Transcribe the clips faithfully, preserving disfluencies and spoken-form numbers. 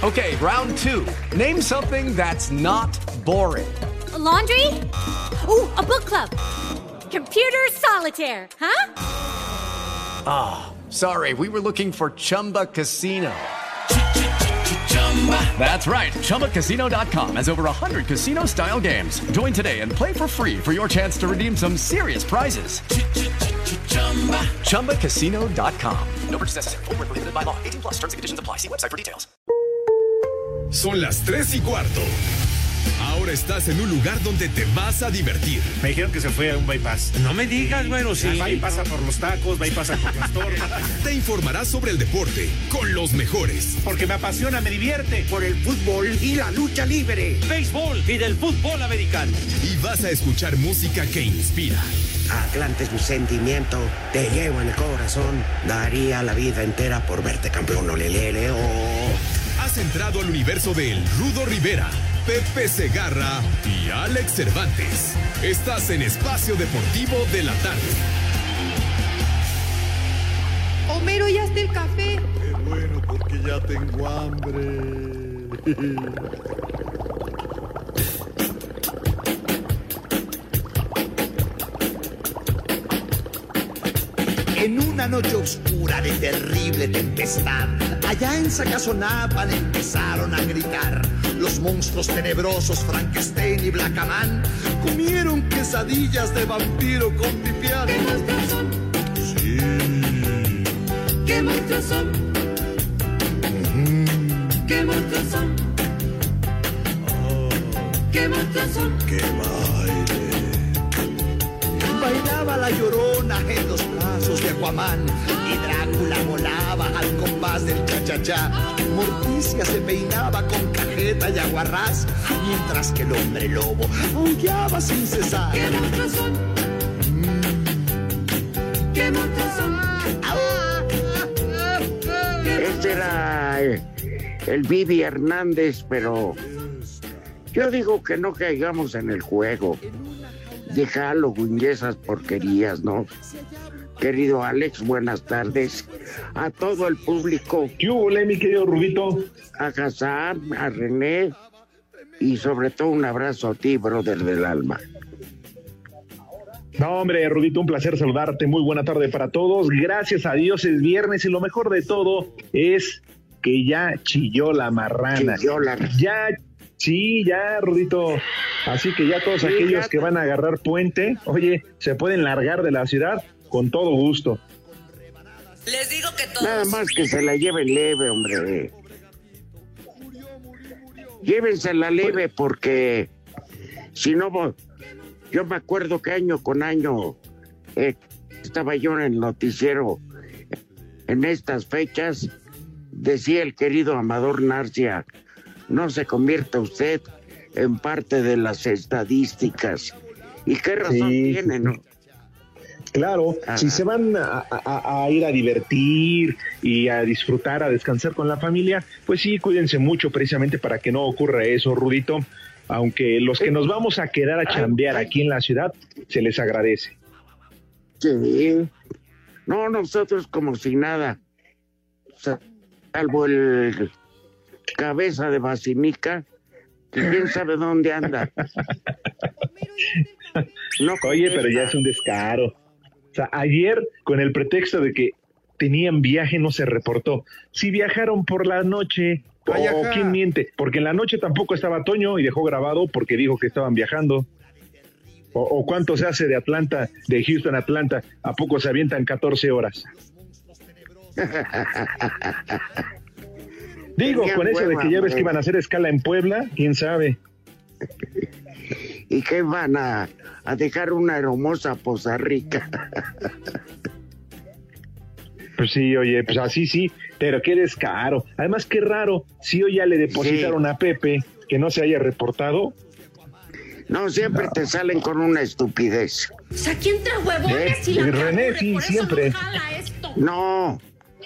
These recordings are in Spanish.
Okay, round two. Name something that's not boring. A laundry? Ooh, a book club. Computer solitaire, huh? Ah, oh, sorry, we were looking for Chumba Casino. That's right, Chumba Casino dot com has over one hundred casino-style games. Join today and play for free for your chance to redeem some serious prizes. Chumba Casino dot com. No purchase necessary. Void where prohibited by law. eighteen plus terms and conditions apply. See website for details. Son las tres y cuarto. Ahora estás en un lugar donde te vas a divertir. Me dijeron que se fue a un bypass. No me digas, bueno, sí. Va y pasa por los tacos, va y pasa por las torres. Te informarás sobre el deporte con los mejores. Porque me apasiona, me divierte. Por el fútbol y la lucha libre. Béisbol y del fútbol americano. Y vas a escuchar música que inspira. Atlante es mi sentimiento, te llevo en el corazón. Daría la vida entera por verte campeón, olelele, oh. Has entrado al universo de El Rudo Rivera, Pepe Segarra y Alex Cervantes. Estás en Espacio Deportivo de la Tarde. Homero, ¿ya está el café? Qué bueno, porque ya tengo hambre. En una noche oscura de terrible tempestad, allá en Sacazonapan empezaron a gritar. Los monstruos tenebrosos Frankenstein y Blackaman comieron quesadillas de vampiro con pipián. ¿Qué monstruos son? Sí. ¿Qué monstruos son? Uh-huh. ¿Qué monstruos son? Oh. ¿Qué monstruos son? ¡Qué baile! Bailaba la Llorona en los brazos de Aquaman y Drácula volaba al compás del cha-cha-cha. Morticia se peinaba con cajeta y aguarrás, mientras que el hombre lobo aullaba sin cesar. ¿Qué monstruos son? Mm. ¿Qué monstruos son? Este era el, el Vivi Hernández, pero yo digo que no caigamos en el juego de Halloween y esas porquerías, ¿no? Querido Alex, buenas tardes a todo el público. ¿Qué hubo, mi querido Rubito? A Hassan, a René y sobre todo un abrazo a ti, brother del alma. No, hombre, Rubito, un placer saludarte. Muy buena tarde para todos. Gracias a Dios es viernes y lo mejor de todo es que ya chilló la marrana. Chilló la... Ya Sí, ya, Rudito. Así que ya todos sí, aquellos ya... que van a agarrar puente, oye, se pueden largar de la ciudad con todo gusto. Les digo que todos. Nada más que se la lleven leve, hombre. Llévensela leve porque si no, yo me acuerdo que año con año eh, estaba yo en el noticiero en estas fechas, decía el querido Amador Narcia: no se convierta usted en parte de las estadísticas. ¿Y qué razón sí, tiene, no? Claro, ajá. Si se van a, a, a ir a divertir y a disfrutar, a descansar con la familia, pues sí, cuídense mucho precisamente para que no ocurra eso, Rudito. Aunque los que nos vamos a quedar a chambear aquí en la ciudad, se les agradece. Sí. No, nosotros como si nada, salvo el cabeza de Basinica, que quién sabe dónde anda. No, oye, pero ya es un descaro. O sea, ayer, con el pretexto de que tenían viaje, no se reportó. Si viajaron por la noche, o oh, quién miente, porque en la noche tampoco estaba Toño y dejó grabado porque dijo que estaban viajando. O, o cuánto se hace de Atlanta, de Houston a Atlanta, ¿a poco se avientan catorce horas? Digo, Tenían con eso hueva, de que ya ves que iban a hacer escala en Puebla, quién sabe. ¿Y qué van a, a dejar una hermosa Poza Rica? Pues sí, oye, pues así sí, pero qué descaro. Además, qué raro, si hoy ya le depositaron sí. a Pepe que no se haya reportado. No, siempre no. te salen con una estupidez. O sea, ¿quién trae huevones? ¿Eh? Y la René, sí, por siempre. Eso no jala esto. No.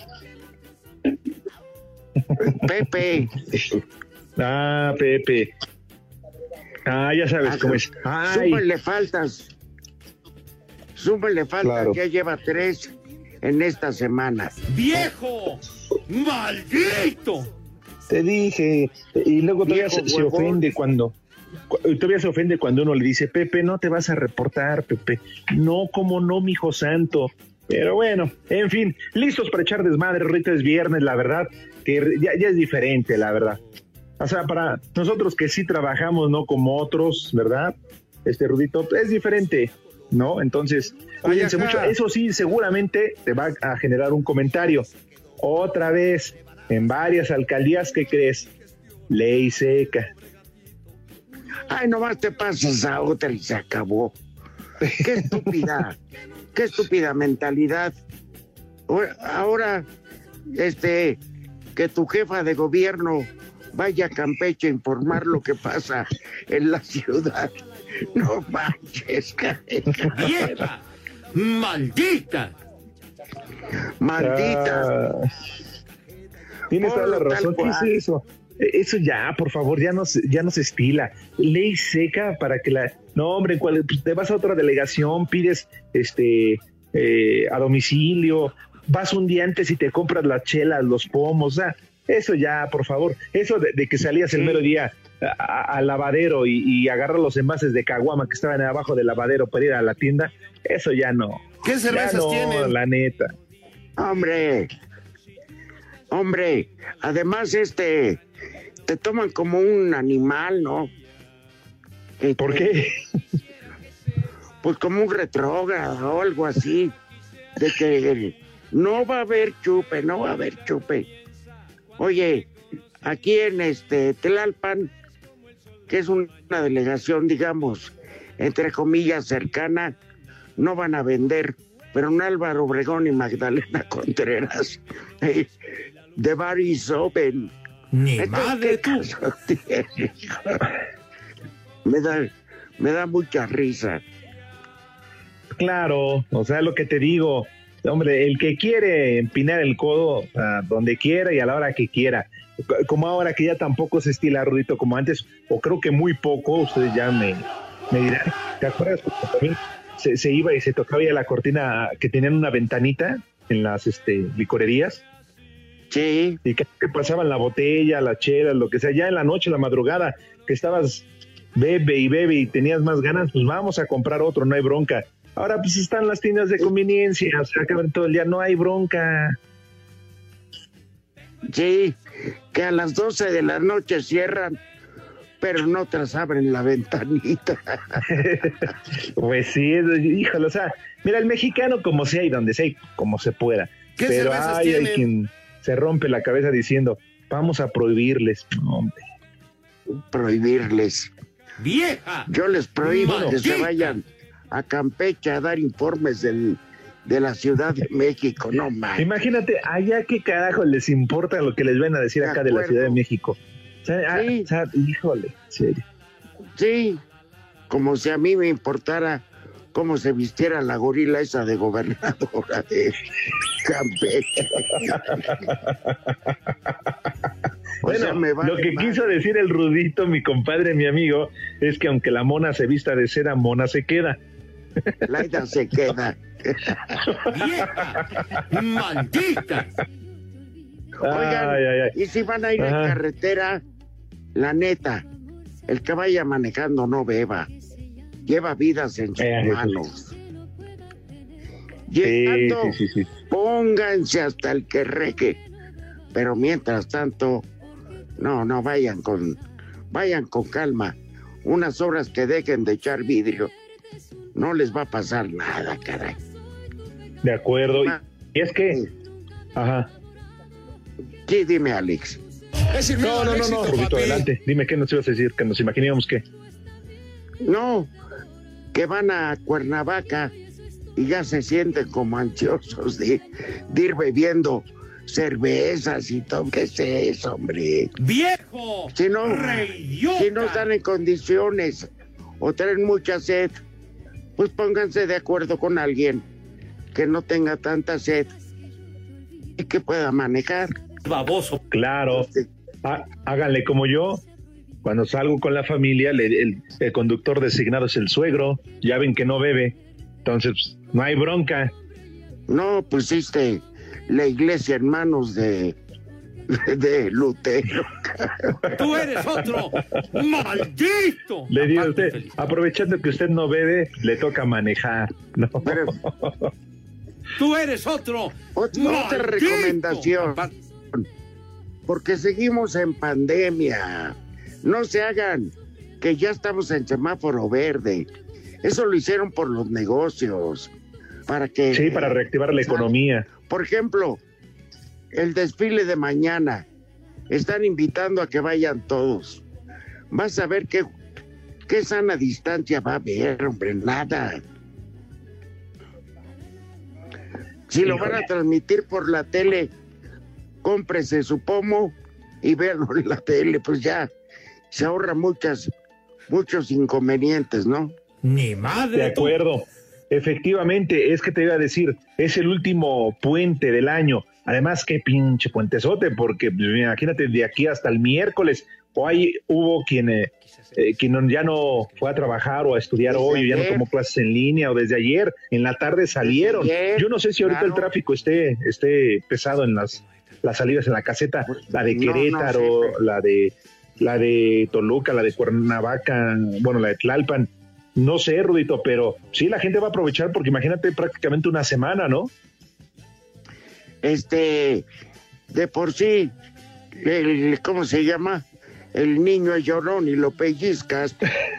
Pepe. Ah, Pepe. Ah, ya sabes ah, cómo es. Ay. Súmale faltas. Súmale faltas, claro. Ya lleva tres en esta semana. ¡Viejo! ¡Maldito! te dije. Y luego todavía se, se huevón. ofende cuando... Todavía se ofende cuando uno le dice, Pepe, no te vas a reportar, Pepe. No, como no, mijo santo. Pero bueno, en fin, listos para echar desmadre. Ahorita es viernes, la verdad, que ya, ya es diferente, la verdad. O sea, para nosotros que sí trabajamos, no como otros, ¿verdad? Este Rudito, es diferente, ¿no? Entonces, cuídense mucho. Eso sí, seguramente te va a generar un comentario. Otra vez, en varias alcaldías, ¿qué crees? Ley seca. Ay, nomás te pasas a otra y se acabó. Qué estúpida, qué estúpida mentalidad. Ahora, este, que tu jefa de gobierno vaya a Campeche a informar lo que pasa en la ciudad. No manches, ¡vieja! ¡Maldita! ¡Maldita! Ah, tienes toda la razón. ¿Qué es eso? Eso ya, por favor, ya no, ya no se estila. Ley seca para que la... No, hombre, ¿cuál? Pues te vas a otra delegación, pides este eh, a domicilio, vas un día antes y te compras las chelas, los pomos, o sea, eso ya, por favor. Eso de, de que salías el mero día al lavadero y, y agarrar los envases de caguama que estaban abajo del lavadero para ir a la tienda, eso ya no. ¿Qué cervezas no, tienen? La neta. Hombre, hombre, además este, te toman como un animal, ¿no? Este, ¿Por qué? Pues como un retrógrado o algo así, de que no va a haber chupe, no va a haber chupe. Oye, aquí en este Tlalpan, que es una delegación, digamos, entre comillas, cercana, no van a vender, pero en Álvaro Obregón y Magdalena Contreras, eh, de bar y soben. Ni madre tú. Me da, me da mucha risa. Claro, o sea, lo que te digo, hombre, el que quiere empinar el codo a donde quiera y a la hora que quiera, como ahora que ya tampoco se estila, Rudito, como antes, o creo que muy poco, ustedes ya me, me dirán, ¿te acuerdas? Porque también se, se iba y se tocaba ya la cortina, que tenían una ventanita en las este, licorerías. Sí. Y que, que pasaban la botella, la chela, lo que sea, ya en la noche, la madrugada, que estabas bebe y bebe y tenías más ganas, pues vamos a comprar otro, no hay bronca. Ahora pues están las tiendas de conveniencia, o sea, acaban todo el día, no hay bronca. Sí, que a las doce de la noche cierran, pero no otras abren la ventanita. Pues sí, híjole, o sea, mira, el mexicano como sea y donde sea y como se pueda. ¿Qué pero cervezas hay, tienen? hay quien se rompe la cabeza diciendo, vamos a prohibirles. No, hombre. Prohibirles. ¡Vieja! Yo les prohíbo Maldita. que se vayan a Campeche a dar informes del, de la Ciudad de México, no más. Imagínate, allá qué carajo les importa lo que les ven a decir De acá de la acuerdo. Ciudad de México. O sea, Sí. ah, o sea, híjole, en serio. Sí, como si a mí me importara cómo se vistiera la gorila esa de gobernadora de Campeche. O Bueno, sea, me vale lo que madre. quiso decir el Rudito, mi compadre, mi amigo, es que aunque la mona se vista de seda, mona se queda. Laida se queda. ¡Vieja! ¡Maldita! Oigan, Ay, ay, ay. y si van a ir Ajá. en carretera, la neta, el que vaya manejando no beba. Lleva vidas en sus Eh, manos. Sí, Llegando, sí, sí, sí. pónganse hasta el que reque. Pero mientras tanto, no, no vayan con, vayan con calma. Unas horas que dejen de echar vidrio, no les va a pasar nada, caray. De acuerdo. Y, Ah. y es que, ajá. Sí, dime, Alex. Es el No, miedo al no, no, éxito, no, Rudito, papi. adelante. Dime qué nos ibas a decir, que nos imaginábamos que. No, que van a Cuernavaca y ya se sienten como ansiosos de, de ir bebiendo cervezas y todo. ¿Qué es eso, hombre? ¡Viejo! Si no, ¡Reyota! si no están en condiciones o traen mucha sed, pues pónganse de acuerdo con alguien que no tenga tanta sed y que pueda manejar. Baboso. Claro. Há- háganle como yo. Cuando salgo con la familia, le- el, el conductor designado es el suegro. Ya ven que no bebe. Entonces, pues, no hay bronca. No pusiste la iglesia en manos de de Lutero. Tú eres otro maldito. Le digo a usted, aprovechando que usted no bebe, le toca manejar. No. Pero, tú eres otro. Otra, maldito. otra recomendación. Porque seguimos en pandemia. No se hagan que ya estamos en semáforo verde. Eso lo hicieron por los negocios. Para que, sí, para reactivar la economía. Por ejemplo, el desfile de mañana. Están invitando a que vayan todos. Vas a ver qué, qué sana distancia va a haber, hombre, nada. Si lo van a transmitir por la tele, cómprese su pomo y véanlo en la tele, pues ya se ahorra muchas, muchos inconvenientes, ¿no? Ni madre. De acuerdo. Tú. Efectivamente, es que te iba a decir, es el último puente del año. Además, qué pinche puentezote, porque imagínate, de aquí hasta el miércoles, o ahí hubo quien, eh, eh, quien ya no fue a trabajar o a estudiar desde hoy, ayer. Ya no tomó clases en línea, o desde ayer, en la tarde salieron. Ayer, yo no sé si ahorita claro. el tráfico esté, esté pesado en las, las salidas en la caseta, la de Querétaro, no, no sé, la de la de Toluca, la de Cuernavaca, bueno, la de Tlalpan. No sé, Rudito, pero sí, la gente va a aprovechar porque imagínate prácticamente una semana, ¿no? Este, de por sí, el, ¿cómo se llama? El niño es llorón y lo pellizcas.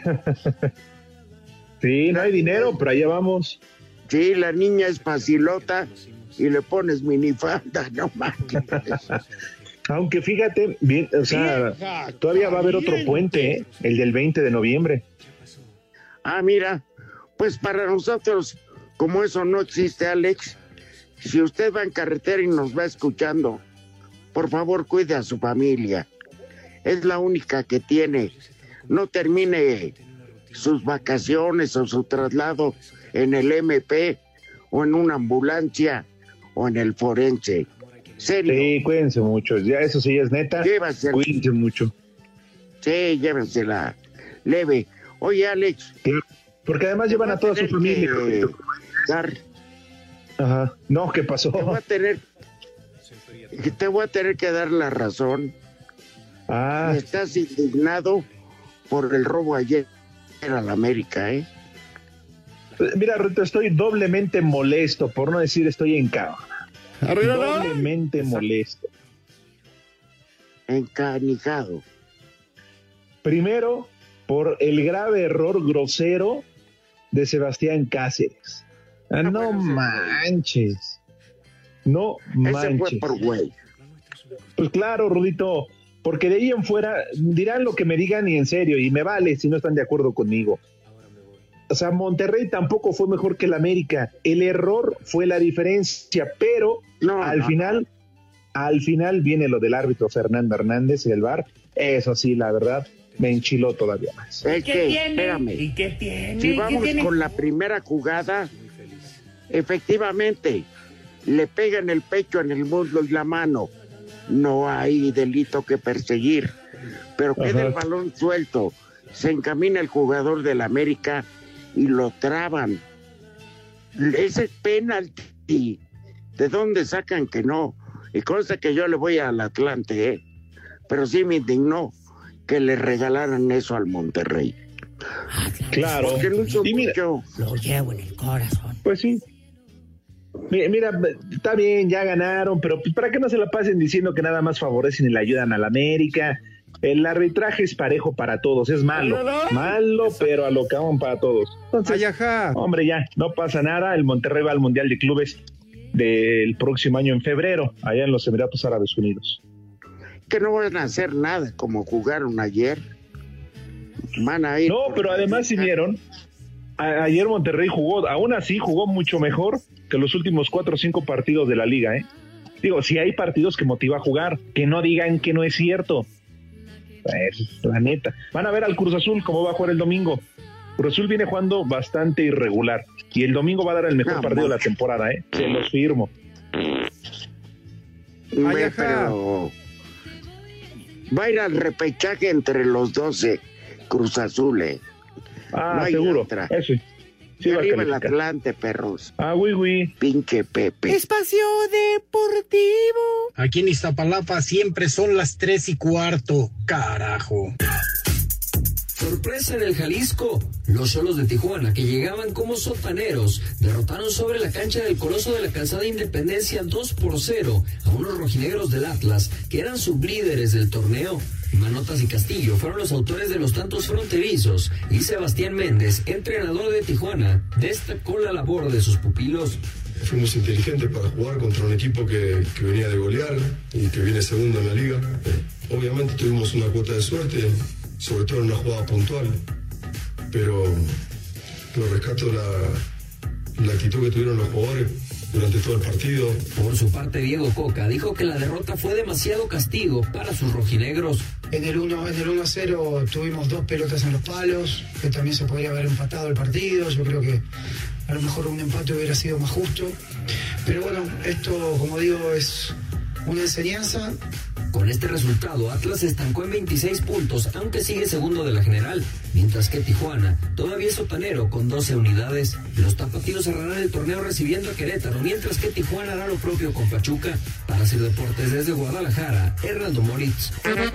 Sí, no hay dinero, pero allá vamos. Sí, la niña es facilota y le pones minifalda, no manches. Aunque fíjate, bien, o sea, todavía va a haber otro puente, ¿eh? El del veinte de noviembre. Ah, mira, pues para nosotros, como eso no existe, Alex, si usted va en carretera y nos va escuchando, por favor cuide a su familia. Es la única que tiene. No termine sus vacaciones o su traslado en el M P o en una ambulancia o en el forense. ¿Serio? Sí, cuídense mucho. Ya eso sí es neta. Llévasela. Cuídense mucho. Sí, llévensela leve. Oye, Alex. Sí, porque además llevan a toda su familia. Que dar... Ajá. No, ¿qué pasó? Te voy a tener, te voy a tener que dar la razón. Ah. Estás indignado por el robo ayer a la América, ¿eh? Mira, Ruto, estoy doblemente molesto, por no decir estoy en cama. Doblemente molesto. Encanijado. Primero, por el grave error grosero de Sebastián Cáceres. Ah, no, no manches. No manches. Ese fue por güey. Pues claro, Rudito, porque de ahí en fuera dirán lo que me digan y en serio, y me vale si no están de acuerdo conmigo. O sea, Monterrey tampoco fue mejor que el América. El error fue la diferencia, pero no, al no. final, al final viene lo del árbitro Fernando Hernández y el V A R. Eso sí, la verdad, me enchiló todavía más. Es que, espérame. ¿Y qué tiene? Si vamos tiene? con la primera jugada, efectivamente, le pegan el pecho en el muslo y la mano. No hay delito que perseguir. Pero queda Ajá. el balón suelto. Se encamina el jugador del América y lo traban. Ese es penalti. ¿De dónde sacan que no? Y consta que yo le voy al Atlante, ¿eh? Pero sí me indignó que le regalaran eso al Monterrey. Claro. Porque no hizo y mira, mucho. Lo llevo en el corazón. Pues sí. Mira, mira, está bien, ya ganaron, pero pues para qué no se la pasen diciendo que nada más favorecen y le ayudan al América. El arbitraje es parejo para todos, es malo, malo, pero a lo que van para todos. Entonces, Ay, ajá. hombre, ya, no pasa nada, el Monterrey va al Mundial de Clubes del próximo año en febrero, allá en los Emiratos Árabes Unidos. Que no van a hacer nada como jugaron ayer. Van a ir. No, pero además si vieron, a- ayer Monterrey jugó, aún así jugó mucho mejor que los últimos cuatro o cinco partidos de la liga, ¿eh? Digo, si hay partidos que motiva a jugar, que no digan que no es cierto. Pues, la neta. Van a ver al Cruz Azul cómo va a jugar el domingo. Cruz Azul viene jugando bastante irregular y el domingo va a dar el mejor no, partido de la temporada, ¿eh? Se los firmo. Me, pero va a ir al repechaje entre los doce Cruz Azul, ¿eh? Ah, no hay seguro. otra. Eso. Sí, y va a arriba el calificar. Atlante, perros. Ah, güey, güey. Pinche Pepe. Espacio Deportivo. Aquí en Iztapalapa siempre son las tres y cuarto, carajo. Sorpresa en el Jalisco. Los Xolos de Tijuana, que llegaban como sotaneros, derrotaron sobre la cancha del Coloso de la Calzada Independencia dos por cero a unos rojinegros del Atlas, que eran sublíderes del torneo. Manotas y Castillo fueron los autores de los tantos fronterizos, y Sebastián Méndez, entrenador de Tijuana, destacó la labor de sus pupilos. Fuimos inteligentes para jugar contra un equipo que, que venía de golear y que viene segundo en la liga. Obviamente tuvimos una cuota de suerte, sobre todo en una jugada puntual, pero, pero rescato la, la actitud que tuvieron los jugadores durante todo el partido. Por su parte, Diego Coca dijo que la derrota fue demasiado castigo para sus rojinegros. En el uno a cero tuvimos dos pelotas en los palos, que también se podría haber empatado el partido. Yo creo que a lo mejor un empate hubiera sido más justo. Pero bueno, esto, como digo, es una enseñanza. Con este resultado, Atlas se estancó en veintiséis puntos, aunque sigue segundo de la general, mientras que Tijuana todavía es sotanero con doce unidades. Los tapatíos cerrarán el torneo recibiendo a Querétaro, mientras que Tijuana hará lo propio con Pachuca. Para Hacer Deportes desde Guadalajara, Hernando Moritz.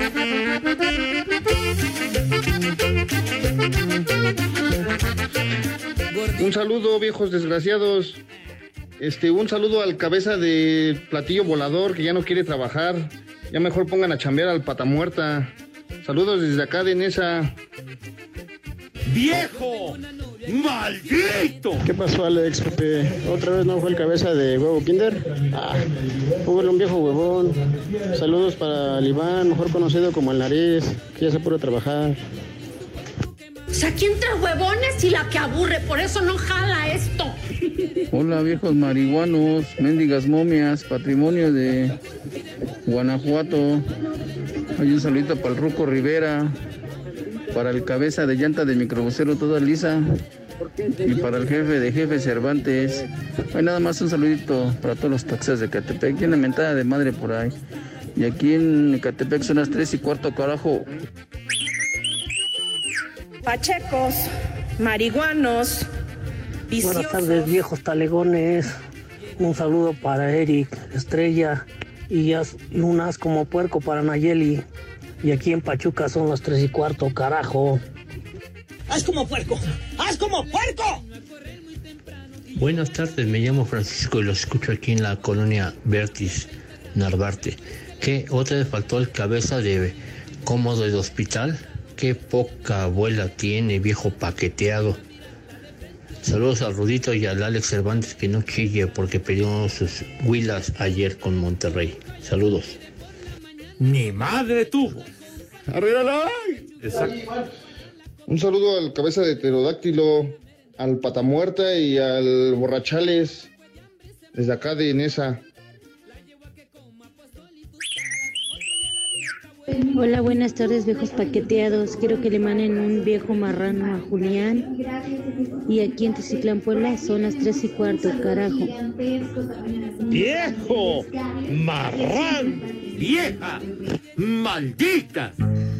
Un saludo, viejos desgraciados. Este, un saludo al cabeza de platillo volador que ya no quiere trabajar. Ya mejor pongan a chambear al pata muerta. Saludos desde acá de Nesa. ¡Viejo! ¡Maldito! ¿Qué pasó, Alex? Pepe? ¿Otra vez no fue el cabeza de huevo Kinder? Ah, hubo un viejo huevón. Saludos para el Iván, mejor conocido como el Nariz, que ya se pudo trabajar. O sea, aquí entre huevones y la que aburre, por eso no jala esto. Hola, viejos marihuanos, mendigas momias, patrimonio de Guanajuato. Hay un saludito para el Ruco Rivera, para el cabeza de llanta de microbusero toda lisa y para el jefe de jefe Cervantes. Hay nada más un saludito para todos los taxistas de Ecatepec. Tiene una mentada de madre por ahí. Y aquí en Ecatepec son las tres y cuarto, carajo. Pachecos, marihuanos, viciosos. Buenas tardes, viejos talegones. Un saludo para Eric, Estrella y as, y un as como puerco para Nayeli. Y aquí en Pachuca son las tres y cuarto, carajo. ¡Haz como puerco! ¡Haz como puerco! Buenas tardes, me llamo Francisco y los escucho aquí en la colonia Vertis, Narvarte. ¿Qué? ¿Otra vez faltó el cabeza de cómodo de hospital? Qué poca abuela tiene, viejo paqueteado. Saludos al Rudito y al Alex Cervantes, que no chille porque perdió sus huilas ayer con Monterrey. Saludos. ¡Mi madre tuvo! ¡Arréglala! Exacto. Un saludo al cabeza de pterodáctilo, al patamuerta y al borrachales, desde acá de Nesa. Hola, buenas tardes, viejos paqueteados. Quiero que le manden un viejo marrano a Julián. Y aquí en Teciutlán, Puebla, son las tres y cuarto, carajo. ¡Viejo! ¡Marrán! ¡Vieja! ¡Maldita!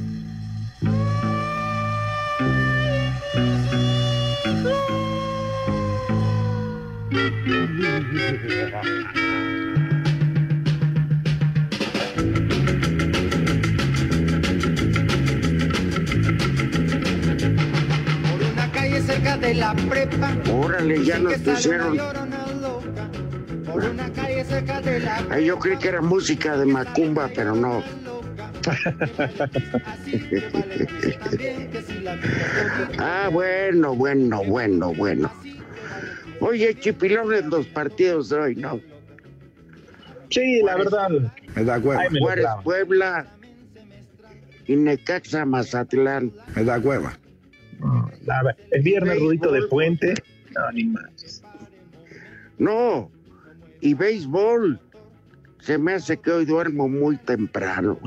Cerca de la prepa. Órale, ya nos pusieron. Ay, yo creí que era música de Macumba, pero no. Ah, bueno, bueno, bueno, bueno. Oye, chipilones los partidos de hoy, ¿no? Sí, la verdad. Me da hueva. Juárez, Puebla y Necaxa, Mazatlán. Me da hueva. Nada, el viernes Rudito de Puente. No, ni más. No, y béisbol. Se me hace que hoy duermo muy temprano.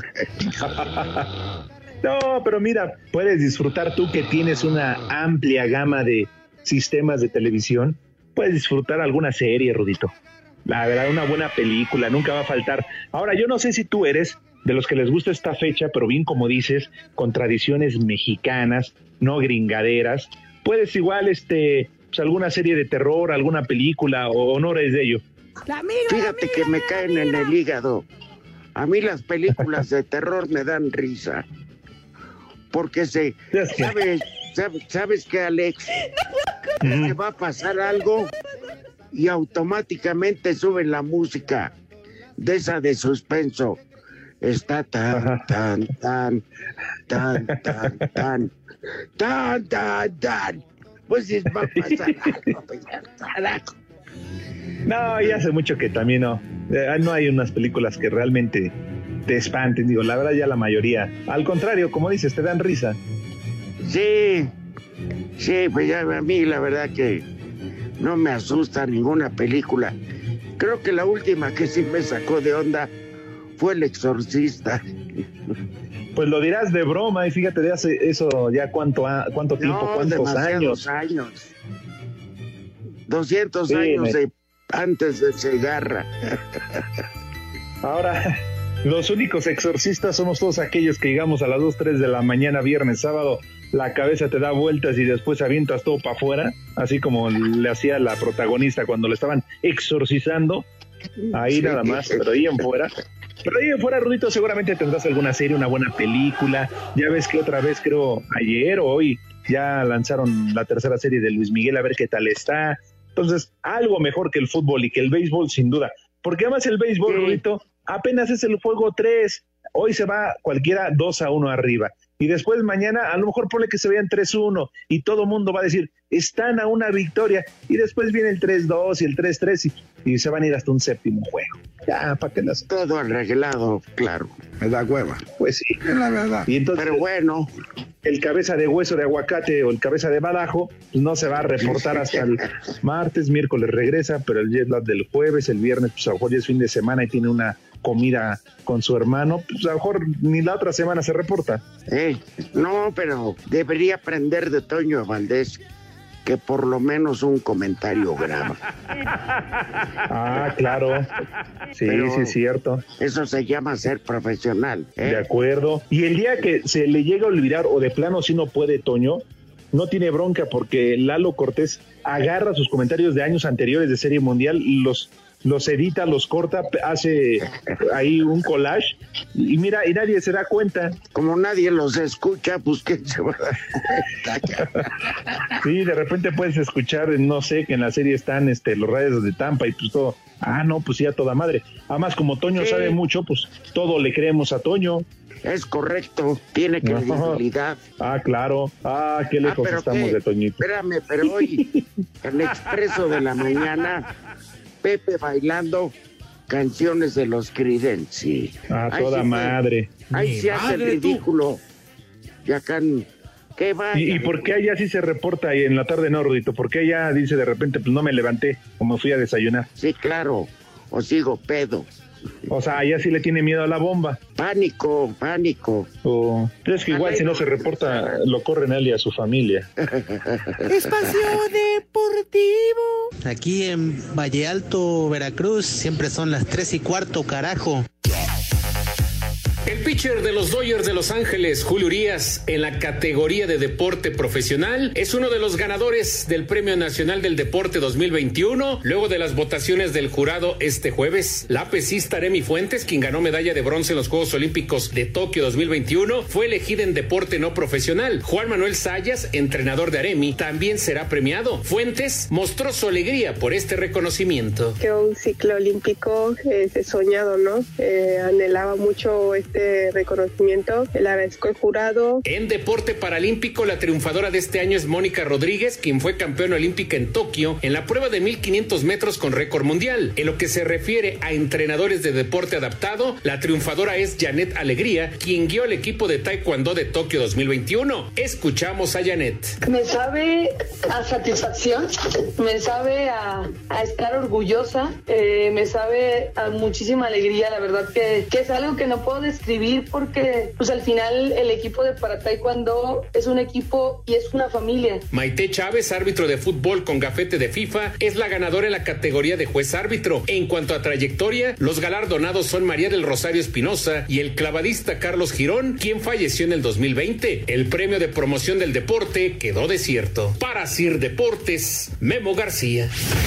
No, pero mira, puedes disfrutar tú que tienes una amplia gama de sistemas de televisión. Puedes disfrutar alguna serie, Rudito. La verdad, una buena película, nunca va a faltar. Ahora, yo no sé si tú eres de los que les gusta esta fecha, pero bien como dices, con tradiciones mexicanas, no gringaderas. Puedes igual este pues, alguna serie de terror, alguna película, o no eres de ello? La migra, Fíjate la migra, que me caen en el hígado. A mí las películas de terror me dan risa. Porque se... ¿Sabes, sabes, sabes que, Alex? No, que va a pasar algo y automáticamente suben la música de esa de suspenso. Está tan, tan, tan, tan, tan, tan, tan, tan, tan. Pues va a pasar algo. No, ya hace mucho que también no. No hay unas películas que realmente te espanten. Digo, la verdad ya la mayoría. Al contrario, como dices, te dan risa. Sí, sí, pues ya a mí la verdad que no me asusta ninguna película. Creo que la última que sí me sacó de onda fue El Exorcista. Pues lo dirás de broma, y fíjate de hace eso ya cuánto, cuánto tiempo, no, cuántos años. años. doscientos sí, años me... de, antes de Segarra. Ahora, los únicos exorcistas somos todos aquellos que llegamos a las dos, tres de la mañana, viernes, sábado, la cabeza te da vueltas y después avientas todo para afuera, así como le hacía la protagonista cuando le estaban exorcizando, ahí sí, nada más, pero ahí en fuera. Pero ahí en fuera, Rudito, seguramente tendrás alguna serie, una buena película. Ya ves que otra vez, creo, ayer o hoy, ya lanzaron la tercera serie de Luis Miguel, a ver qué tal está. Entonces, algo mejor que el fútbol y que el béisbol, sin duda. Porque además el béisbol, sí. Rudito, apenas es el juego tres. Hoy se va cualquiera dos a uno arriba. Y después mañana, a lo mejor ponle que se vean tres uno y todo mundo va a decir, están a una victoria. Y después viene el tres dos y el tres tres y, y se van a ir hasta un séptimo juego. Ya, para que las... Todo arreglado, claro. Me da hueva. Pues sí, es la verdad. Y entonces, pero bueno, el cabeza de hueso de aguacate o el cabeza de badajo, pues no se va a reportar hasta el martes, miércoles regresa, pero el jet lag del jueves, el viernes, pues a lo mejor ya es fin de semana y tiene una comida con su hermano, pues a lo mejor ni la otra semana se reporta. Eh, no, pero debería aprender de Toño Valdés que por lo menos un comentario graba. Ah, claro. Sí, pero sí, es cierto. Eso se llama ser profesional, ¿eh? De acuerdo. Y el día que se le llega a olvidar o de plano si no puede, Toño, no tiene bronca porque Lalo Cortés agarra sus comentarios de años anteriores de Serie Mundial y los los edita, los corta, hace ahí un collage y mira, y nadie se da cuenta. Como nadie los escucha, pues ¿quién se va a dar cuenta? Sí, de repente puedes escuchar, no sé, que en la serie están este, los Rayos de Tampa y pues todo, ah, no, pues ya toda madre. Además, como Toño sí. sabe mucho, pues todo le creemos a Toño. Es correcto, tiene credibilidad. Ah, claro. Ah, qué lejos ah, estamos qué? de Toñito. Espérame, pero hoy, el Expreso de la Mañana, Pepe bailando canciones de los Creedence. Ah, ahí toda sí madre. Fue, ahí se hace el ridículo. Y acá, ¿qué va? ¿Y, ¿Y por qué allá sí se reporta y en la tarde no, Rudito? ¿Por qué allá dice de repente, pues no me levanté o me fui a desayunar? Sí, claro. O sigo pedo. O sea, allá sí le tiene miedo a la bomba. Pánico, pánico. Oh, pero es que igual si no se reporta, lo corren a él y a su familia. Espacio Deportivo. Aquí en Valle Alto, Veracruz, siempre son las tres y cuarto, carajo. El pitcher de los Dodgers de Los Ángeles, Julio Urías, en la categoría de deporte profesional, es uno de los ganadores del Premio Nacional del Deporte dos mil veintiuno, luego de las votaciones del jurado este jueves. La pesista Aremi Fuentes, quien ganó medalla de bronce en los Juegos Olímpicos de Tokio dos mil veintiuno, fue elegida en deporte no profesional. Juan Manuel Sayas, entrenador de Aremi, también será premiado. Fuentes mostró su alegría por este reconocimiento. Que un ciclo olímpico es eh, soñado, ¿no? Eh, anhelaba mucho este reconocimiento. Le agradezco al jurado. En deporte paralímpico, la triunfadora de este año es Mónica Rodríguez, quien fue campeona olímpica en Tokio en la prueba de mil quinientos metros con récord mundial. En lo que se refiere a entrenadores de deporte adaptado, la triunfadora es Janet Alegría, quien guió al equipo de taekwondo de Tokio dos mil veintiuno. Escuchamos a Janet. Me sabe a satisfacción, me sabe a, a estar orgullosa, eh, me sabe a muchísima alegría, la verdad que, que es algo que no puedo describir convivir porque pues al final el equipo de para taekwondo es un equipo y es una familia. Maite Chávez, árbitro de fútbol con gafete de FIFA, es la ganadora en la categoría de juez árbitro. En cuanto a trayectoria, los galardonados son María del Rosario Espinosa y el clavadista Carlos Girón, quien falleció en el dos mil veinte. El premio de promoción del deporte quedó desierto. Para Sir Deportes, Memo García.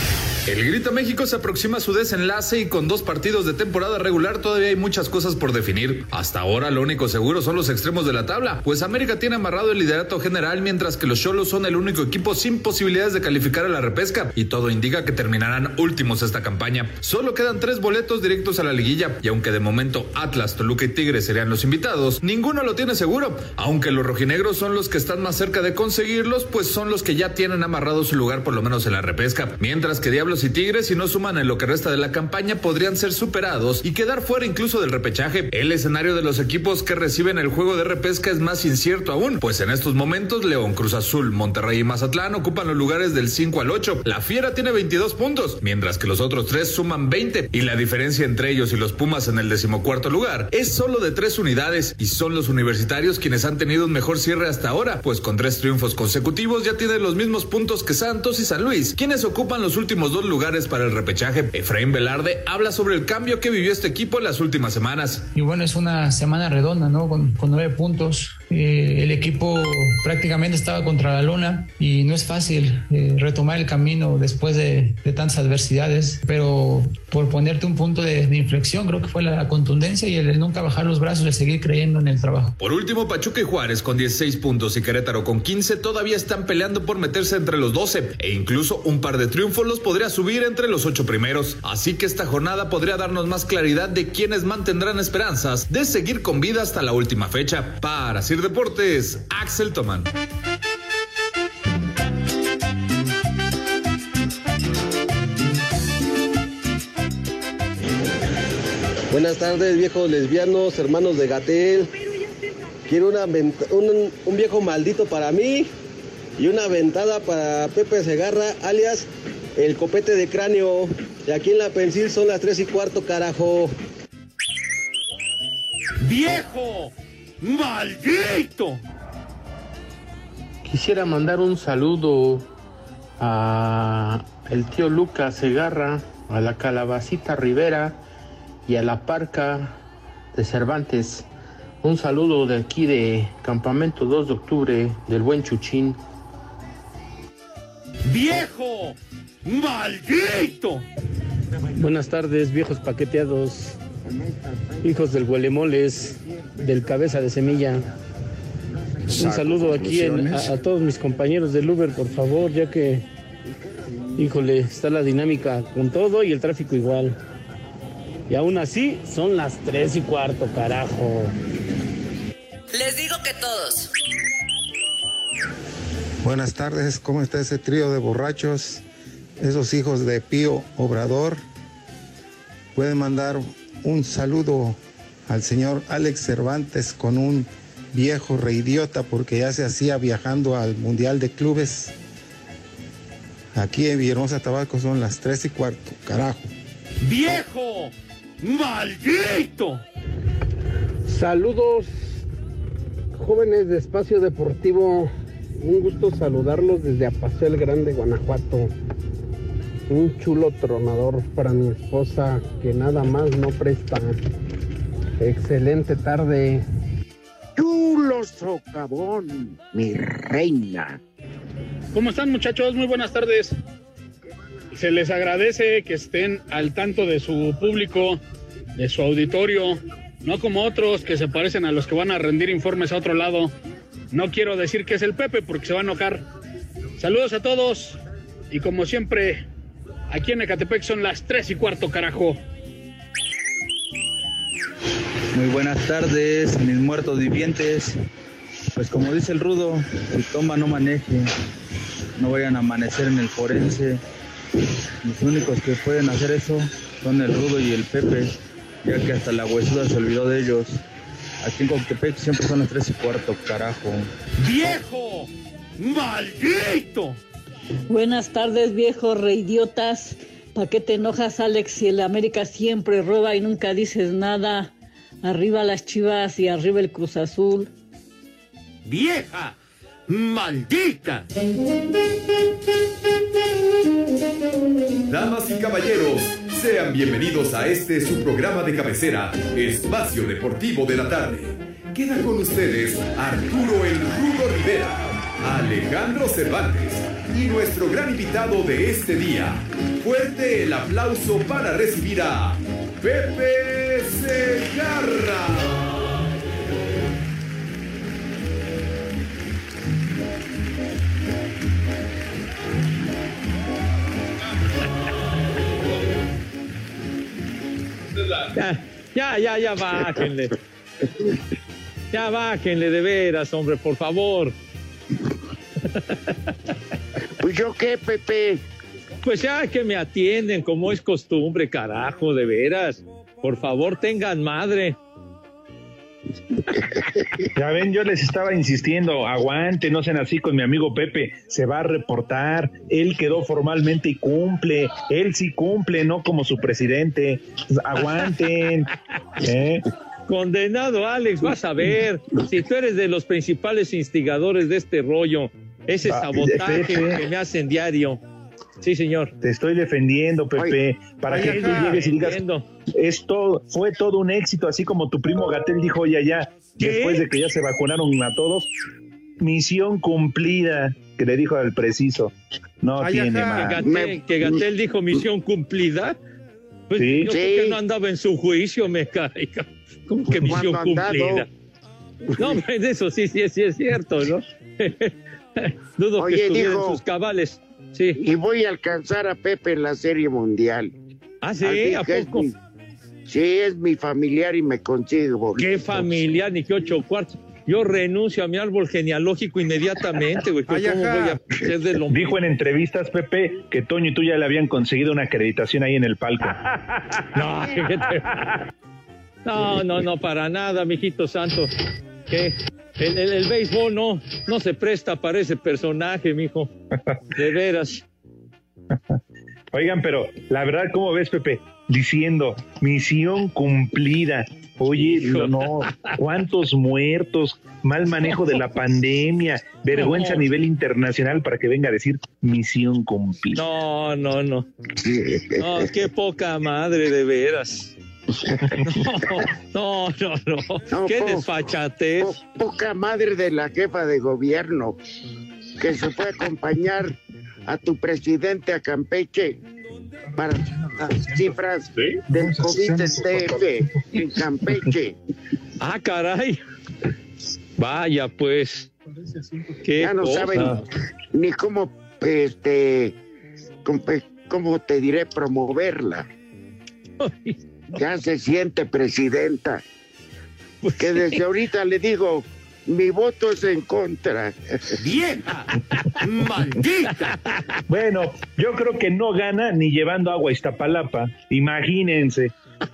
El Grita México se aproxima a su desenlace y con dos partidos de temporada regular todavía hay muchas cosas por definir. Hasta ahora lo único seguro son los extremos de la tabla, pues América tiene amarrado el liderato general mientras que los Xolos son el único equipo sin posibilidades de calificar a la repesca y todo indica que terminarán últimos esta campaña. Solo quedan tres boletos directos a la liguilla y aunque de momento Atlas, Toluca y Tigres serían los invitados, ninguno lo tiene seguro, aunque los rojinegros son los que están más cerca de conseguirlos, pues son los que ya tienen amarrado su lugar por lo menos en la repesca, mientras que Diablos y Tigres, si no suman en lo que resta de la campaña, podrían ser superados y quedar fuera incluso del repechaje. El escenario de los equipos que reciben el juego de repesca es más incierto aún, pues en estos momentos León, Cruz Azul, Monterrey y Mazatlán ocupan los lugares del cinco al ocho. La Fiera tiene veintidós puntos, mientras que los otros tres suman veinte, y la diferencia entre ellos y los Pumas en el decimocuarto lugar es solo de tres unidades, y son los universitarios quienes han tenido un mejor cierre hasta ahora, pues con tres triunfos consecutivos ya tienen los mismos puntos que Santos y San Luis, quienes ocupan los últimos dos lugares para el repechaje. Efraín Velarde habla sobre el cambio que vivió este equipo en las últimas semanas. Y bueno, es una semana redonda, ¿no? Con, con nueve puntos. Eh, el equipo prácticamente estaba contra la lona y no es fácil eh, retomar el camino después de, de tantas adversidades, pero por ponerte un punto de, de inflexión, creo que fue la contundencia y el, el nunca bajar los brazos, el seguir creyendo en el trabajo. Por último, Pachuca y Juárez con dieciséis puntos y Querétaro con quince todavía están peleando por meterse entre los doce e incluso un par de triunfos los podría subir entre los ocho primeros. Así que esta jornada podría darnos más claridad de quiénes mantendrán esperanzas de seguir con vida hasta la última fecha. Para Sir Deportes, Axel Tomán. Buenas tardes, viejos lesbianos, hermanos de Gatell. Quiero una venta, un, un viejo maldito para mí y una ventada para Pepe Segarra, alias el copete de cráneo. Y aquí en la Pensil son las tres y cuarto, carajo. ¡Viejo! ¡Maldito! Quisiera mandar un saludo a el tío Lucas Segarra, a la Calabacita Rivera y a la Parca de Cervantes. Un saludo de aquí de Campamento dos de octubre del Buen Chuchín. ¡Viejo! ¡Maldito! Buenas tardes, viejos paqueteados, hijos del huelemoles, del cabeza de semilla. Un saludo aquí en, a, a todos mis compañeros del Uber, por favor, ya que, híjole, está la dinámica con todo y el tráfico igual. Y aún así, son las tres y cuarto, carajo. Les digo que todos. Buenas tardes, ¿cómo está ese trío de borrachos? Esos hijos de Pío Obrador. Pueden mandar un saludo al señor Alex Cervantes con un viejo reidiota porque ya se hacía viajando al Mundial de Clubes. Aquí en Villahermosa, Tabasco son las tres y cuarto, carajo. ¡Viejo! ¡Maldito! Saludos, jóvenes de Espacio Deportivo. Un gusto saludarlos desde Apaseo el Grande, Guanajuato. Un chulo tronador para mi esposa que nada más no presta. Excelente tarde. Chulo socavón, mi reina. ¿Cómo están, muchachos? Muy buenas tardes. Se les agradece que estén al tanto de su público, de su auditorio, no como otros que se parecen a los que van a rendir informes a otro lado. No quiero decir que es el Pepe porque se va a enojar. Saludos a todos y como siempre, aquí en Ecatepec son las tres y cuarto, carajo. Muy buenas tardes, mis muertos vivientes. Pues como dice el Rudo, si toma no maneje, no vayan a amanecer en el forense. Los únicos que pueden hacer eso son el Rudo y el Pepe, ya que hasta la huesuda se olvidó de ellos. Aquí en Coctepec siempre son las tres y cuarto, carajo. ¡Viejo! ¡Maldito! Buenas tardes, viejos reidiotas. ¿Para qué te enojas, Alex, si el América siempre roba y nunca dices nada? Arriba las Chivas y arriba el Cruz Azul. ¡Vieja! ¡Maldita! Damas y caballeros, sean bienvenidos a este su programa de cabecera, Espacio Deportivo de la Tarde. Queda con ustedes Arturo el Rudo Rivera, Alejandro Cervantes y nuestro gran invitado de este día. Fuerte el aplauso para recibir a Pepe Segarra. Ya, ya, ya, ya bájenle. Ya bájenle de veras, hombre, por favor. Pues yo qué, Pepe. Pues ya que me atienden como es costumbre, carajo, de veras. Por favor, tengan madre. Ya ven, yo les estaba insistiendo, aguante, no sean así con mi amigo Pepe, se va a reportar, él quedó formalmente y cumple, él sí cumple, no como su presidente, aguanten. ¿eh? Condenado Alex, vas a ver, si tú eres de los principales instigadores de este rollo, ese sabotaje Pepe, que me hacen diario. Sí, señor. Te estoy defendiendo, Pepe, ay, para ay, que ay, tú llegues y digas, es todo, fue todo un éxito, así como tu primo Gatell dijo hoy allá, ¿qué? Después de que ya se vacunaron a todos, misión cumplida, que le dijo al preciso. No ay, tiene más. Que Gatell, que Gatell dijo misión cumplida. Pues sí, yo sí. Creo que no andaba en su juicio, me caiga. ¿Cómo que misión cumplida? No, pues eso sí, sí, sí es cierto, ¿no? Dudo Oye, que estuviera dijo, en sus cabales. Sí. Y voy a alcanzar a Pepe en la Serie Mundial. Ah, sí, ¿a poco? Es mi, sí, es mi familiar y me consigo boletos. ¿Qué familiar? Ni que ocho cuartos. Yo renuncio a mi árbol genealógico inmediatamente, güey. ¿Cómo voy a hacer de lo Dijo en entrevistas, Pepe, que Toño y tú ya le habían conseguido una acreditación ahí en el palco. No, ¿qué te... no, no, no, para nada, mijito santo. ¿Qué? El, el, el béisbol no, no se presta para ese personaje, mijo. De veras. Oigan, pero la verdad, ¿cómo ves, Pepe? Diciendo, misión cumplida. Oye, no, no, ¿cuántos muertos? Mal manejo de la pandemia, vergüenza no. a nivel internacional para que venga a decir misión cumplida. No, no, no. No, qué poca madre, de veras. No, no, no, no. Qué po, desfachatez. Po, poca madre de la jefa de gobierno que se fue a acompañar a tu presidente a Campeche para las cifras ¿sí? del COVID T F en Campeche. Ah, caray. Vaya, pues. ¿Qué ya no cosa? Saben ni cómo, este, cómo, cómo te diré, promoverla. Ya se siente presidenta. Pues que desde sí. ahorita le digo, mi voto es en contra. ¡Vieja! ¡Maldita! Bueno, yo creo que no gana ni llevando agua a Iztapalapa. Imagínense.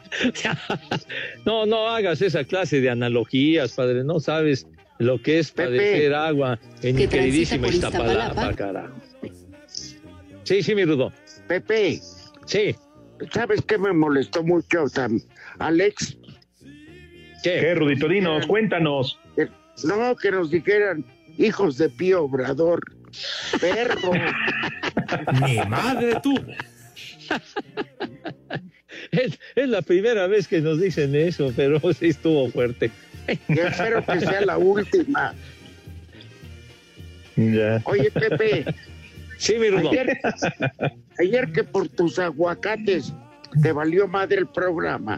No, no hagas esa clase de analogías, padre. No sabes lo que es padecer Pepe, agua en mi queridísima Iztapalapa, Iztapalapa, carajo. Sí, sí, mi Rudo. Pepe. Sí. ¿Sabes qué me molestó mucho, Sam? Alex? ¿Qué? ¿Qué, Rudito? Dinos, cuéntanos. Que, no, que nos dijeran hijos de Pío Obrador. Perro. Mi madre tú. Es, es la primera vez que nos dicen eso, pero sí estuvo fuerte. Yo espero que sea la última. Ya. Oye, Pepe. Sí, mi Rudo. Ayer, ayer que por tus aguacates te valió madre el programa.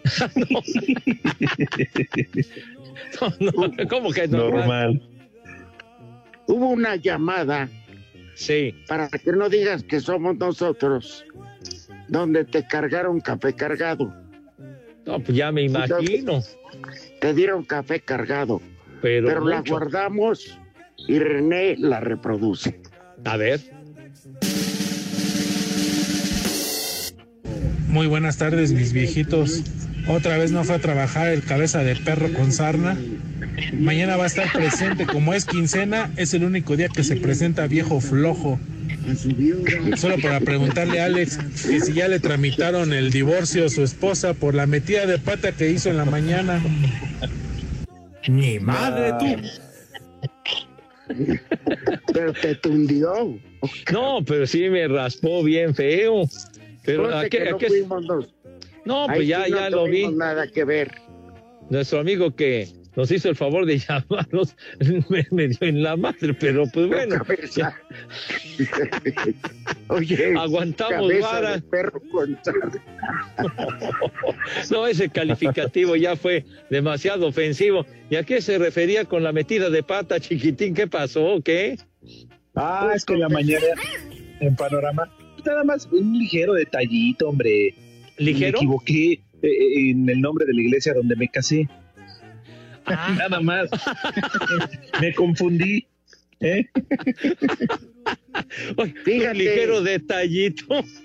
No, no, ¿cómo que normal? normal? Hubo una llamada. Sí. Para que no digas que somos nosotros, donde te cargaron café cargado. No, pues ya me imagino. Te dieron café cargado. Pero, pero la guardamos y René la reproduce. A ver. Muy buenas tardes, mis viejitos. Otra vez no fue a trabajar el cabeza de perro con sarna. Mañana va a estar presente, como es quincena, es el único día que se presenta viejo flojo. Solo para preguntarle a Alex que si ya le tramitaron el divorcio a su esposa por la metida de pata que hizo en la mañana. Ni madre tú. Pero te tundió. No, pero sí me raspó bien feo. Pero ¿a qué, no, a qué? Fuimos No, pues ahí ya, sí no ya lo vi. Nada que ver. Nuestro amigo que nos hizo el favor de llamarnos me, me dio en la madre, pero pues bueno. Oye, aguantamos vara. De perro con No, ese calificativo ya fue demasiado ofensivo. ¿Y a qué se refería con la metida de pata, chiquitín? ¿Qué pasó? ¿Qué? Ah, es que en la mañana en Panorama, nada más un ligero detallito, hombre. ¿Ligero? Me equivoqué eh, en el nombre de la iglesia donde me casé. Ah. Nada más. Me confundí. ¿Eh? Fíjate. Un ligero detallito.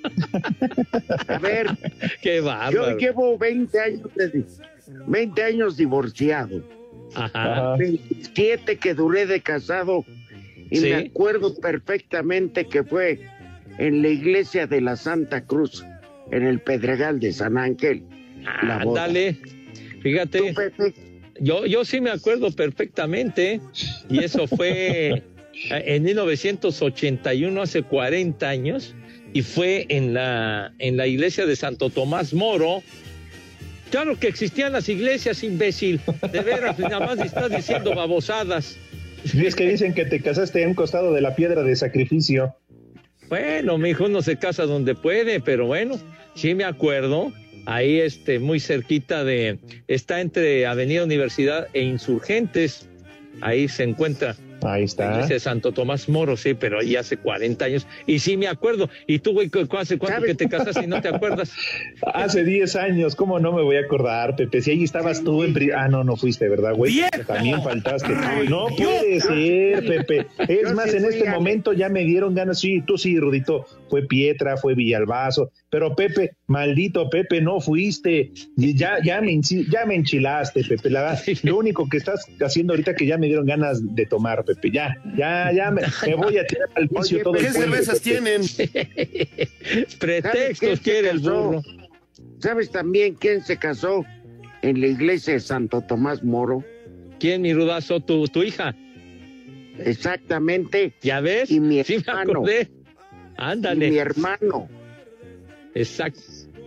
A ver, qué bárbaro. Yo llevo veinte años, de, veinte años divorciado. Ajá. veintisiete que duré de casado. Y ¿sí? Me acuerdo perfectamente que fue en la iglesia de la Santa Cruz, en el Pedregal de San Ángel. Ándale, fíjate. ¿Tú, Pepe? Yo, yo sí me acuerdo perfectamente, y eso fue en mil novecientos ochenta y uno, hace cuarenta años, y fue en la, en la iglesia de Santo Tomás Moro. Claro que existían las iglesias, imbécil, de veras, nada más estás diciendo babosadas. Y es que dicen que te casaste en un costado de la piedra de sacrificio. Bueno, mi hijo no se casa donde puede, pero bueno, sí me acuerdo. Ahí este, muy cerquita de, está entre Avenida Universidad e Insurgentes, ahí se encuentra. Ahí está. La iglesia de Santo Tomás Moro, sí, pero ahí hace cuarenta años. Y sí me acuerdo. ¿Y tú, güey, hace cuánto ¿sabes? Que te casaste y no te acuerdas? Hace diez años, ¿cómo no me voy a acordar, Pepe? Si ahí estabas tú en... Pri- ah, no, no fuiste, ¿verdad, güey? También faltaste. Ay, no puede ser, Pepe. Es yo más, sí en este a... momento ya me dieron ganas. Sí, tú sí, Rudito. Fue Pietra, fue Villalbazo. Pero, Pepe, maldito Pepe, no fuiste. Ya, ya, me, ya me enchilaste, Pepe. La, lo único que estás haciendo ahorita que ya me dieron ganas de tomar, Pepe. Ya, ya, ya me, me voy a tirar al vicio. Oye, todo ¿qué el cervezas tienen? Pretextos quiere el burro. ¿Sabes también quién se casó en la iglesia de Santo Tomás Moro? ¿Quién, mi rudazo? ¿Tu, tu hija? Exactamente. ¿Ya ves? Y mi sí hermano. Me acordé. Ándale. Y mi hermano. Exacto.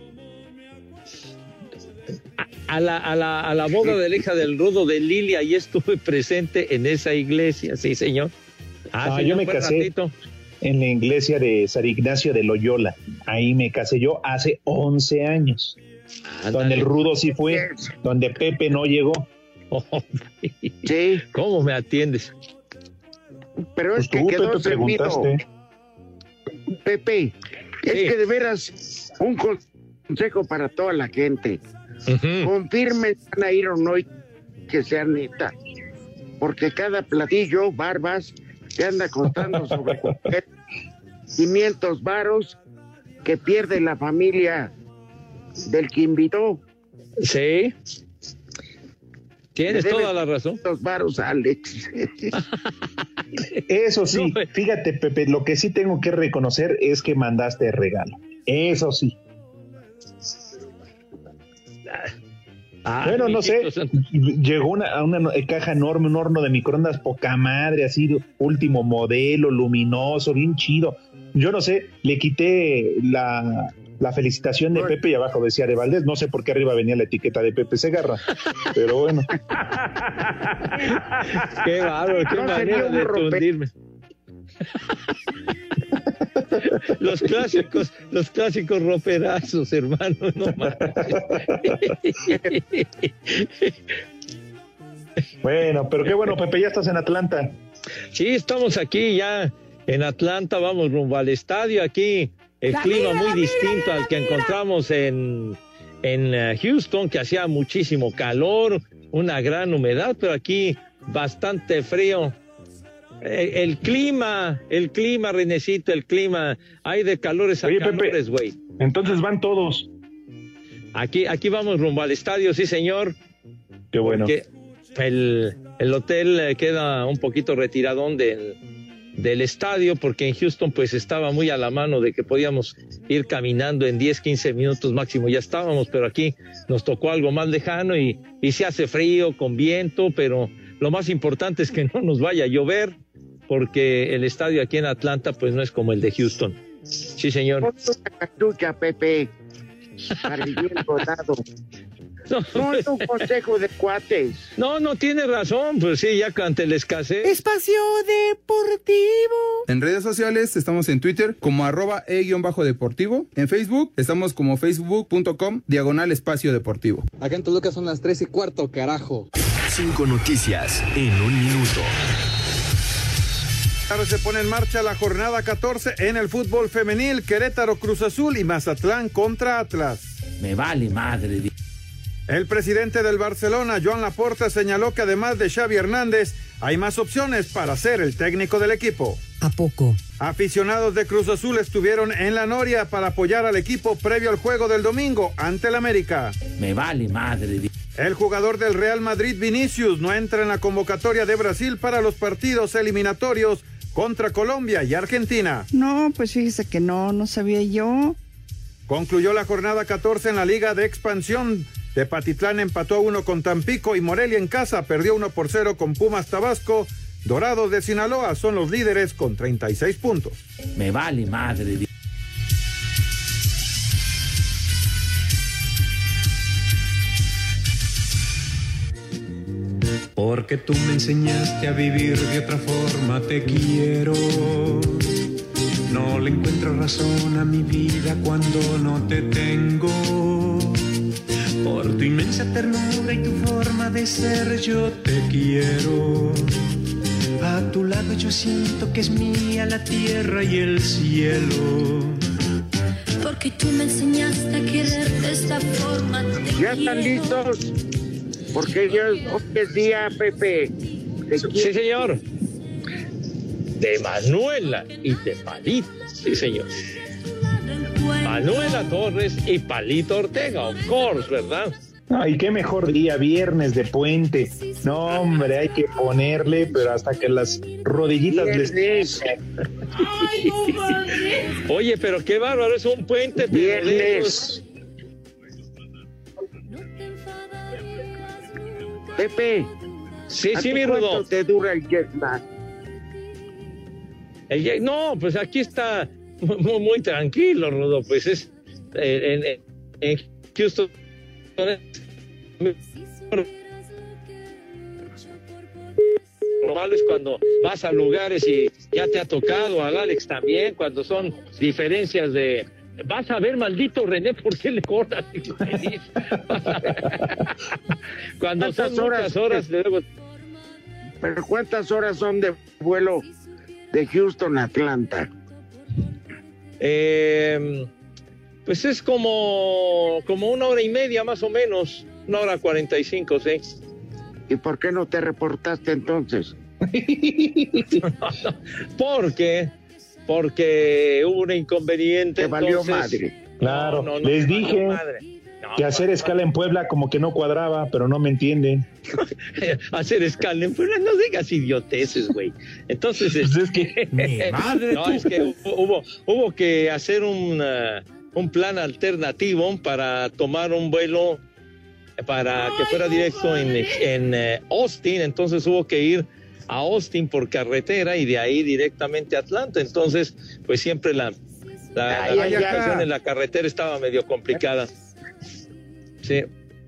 A la, a, la, a la boda de la hija del Rudo de Lilia, y estuve presente en esa iglesia, sí, señor. Ah, ah yo me casé ratito. En la iglesia de San Ignacio de Loyola. Ahí me casé yo hace once años. Ándale. Donde el Rudo sí fue, donde Pepe no llegó. Oh, sí. ¿Cómo me atiendes? Pero es pues que tú, quedó Pepe, preguntaste. Pepe, sí. Es que de veras, un consejo para toda la gente. Uh-huh. Confirmen si van a ir o no, que sea neta, porque cada platillo, Barbas, te anda contando sobre quinientos varos que pierde la familia del que invitó. Sí, tienes toda la razón. quinientos varos, Alex. Eso sí, fíjate, Pepe, lo que sí tengo que reconocer es que mandaste regalo. Eso sí. Ah, bueno, no sé, llegó una, una caja enorme, un horno de microondas poca madre, así, último modelo, luminoso, bien chido. Yo no sé, le quité la, la felicitación de Pepe y abajo decía de Valdés, no sé por qué arriba venía la etiqueta de Pepe Segarra, pero bueno. Qué bárbaro, qué no manera de tundirme. Los clásicos, los clásicos roperazos, hermano, no Bueno, pero qué bueno, Pepe, ya estás en Atlanta. Sí, estamos aquí ya en Atlanta, vamos rumbo al estadio. Aquí el la clima mira, muy distinto mira, al que mira. encontramos en, en Houston, que hacía muchísimo calor, una gran humedad, pero aquí bastante frío. El, el clima, el clima, Renecito, el clima, hay de calores a Oye, calores, güey. Entonces van todos. Aquí, aquí vamos rumbo al estadio, sí, señor. Qué bueno. Porque el, el hotel queda un poquito retiradón del, del estadio, porque en Houston pues estaba muy a la mano de que podíamos ir caminando en diez, quince minutos máximo, ya estábamos, pero aquí nos tocó algo más lejano y, y se hace frío, con viento, pero lo más importante es que no nos vaya a llover, porque el estadio aquí en Atlanta pues no es como el de Houston. Sí, señor. Cachucha, Pepe, para el bien rodado. No, no es un consejo de cuates. No, no tiene razón, pues sí, ya ante la escasez. Espacio Deportivo. En redes sociales estamos en Twitter como arroba e-deportivo. En Facebook estamos como facebook.com diagonal espacio deportivo. Acá en Toluca son las tres y cuarto, carajo. Cinco noticias en un minuto. Ahora se pone en marcha la jornada catorce en el fútbol femenil. Querétaro, Cruz Azul y Mazatlán contra Atlas. Me vale madre. El presidente del Barcelona, Joan Laporta, señaló que además de Xavi Hernández, hay más opciones para ser el técnico del equipo. ¿A poco? Aficionados de Cruz Azul estuvieron en la Noria para apoyar al equipo previo al juego del domingo ante el América. Me vale madre. El jugador del Real Madrid, Vinicius, no entra en la convocatoria de Brasil para los partidos eliminatorios contra Colombia y Argentina. No, pues fíjese que no, no sabía yo. Concluyó la jornada catorce en la Liga de Expansión. Tepatitlán empató a uno con Tampico y Morelia en casa perdió uno por cero con Pumas Tabasco. Dorados de Sinaloa son los líderes con treinta y seis puntos. Me vale madre. Porque tú me enseñaste a vivir de otra forma, te quiero. No le encuentro razón a mi vida cuando no te tengo. Por tu inmensa ternura y tu forma de ser yo te quiero. A tu lado yo siento que es mía la tierra y el cielo. Porque tú me enseñaste a querer de esta forma. Te ¿Ya están listos? Porque yo hoy es día, Pepe. Sí, señor. De Manuela y de Palito. Sí, señor. Manuela Torres y Palito Ortega, of course, ¿verdad? Ay, qué mejor día, viernes de puente. No, hombre, hay que ponerle, pero hasta que las rodillitas les... Oye, pero qué bárbaro, es un puente. Viernes. Pepe. Sí, ¿a sí, ti mi cuánto Rudo. te dura el jet lag? El jet- no, pues aquí está muy, muy tranquilo, Rudo. Pues es eh, en, en Houston. Normal es cuando vas a lugares y ya te ha tocado, al Alex también, cuando son diferencias de... Vas a ver, maldito René, ¿por qué le cortas? Cuando son muchas horas, luego... ¿Pero cuántas horas son de vuelo de Houston a Atlanta? Eh, pues es como, como una hora y media más o menos, una hora cuarenta y cinco, sí. ¿Y por qué no te reportaste entonces? no, no, porque, porque hubo un inconveniente. Te valió entonces... madre. Claro, No, no, no, les no, dije no, madre. No, que hacer no, escala en Puebla como que no cuadraba, pero no me entienden. hacer escala en Puebla, no digas idioteces, güey. Entonces, Pues es es que... Mi madre, no, tú. es que hubo, hubo, hubo que hacer un, uh, un plan alternativo para tomar un vuelo para que fuera directo en, en uh, Austin, entonces hubo que ir a Austin por carretera y de ahí directamente a Atlanta, entonces pues siempre la, la, Ay, la ay, comunicación ay. en la carretera estaba medio complicada. Sí.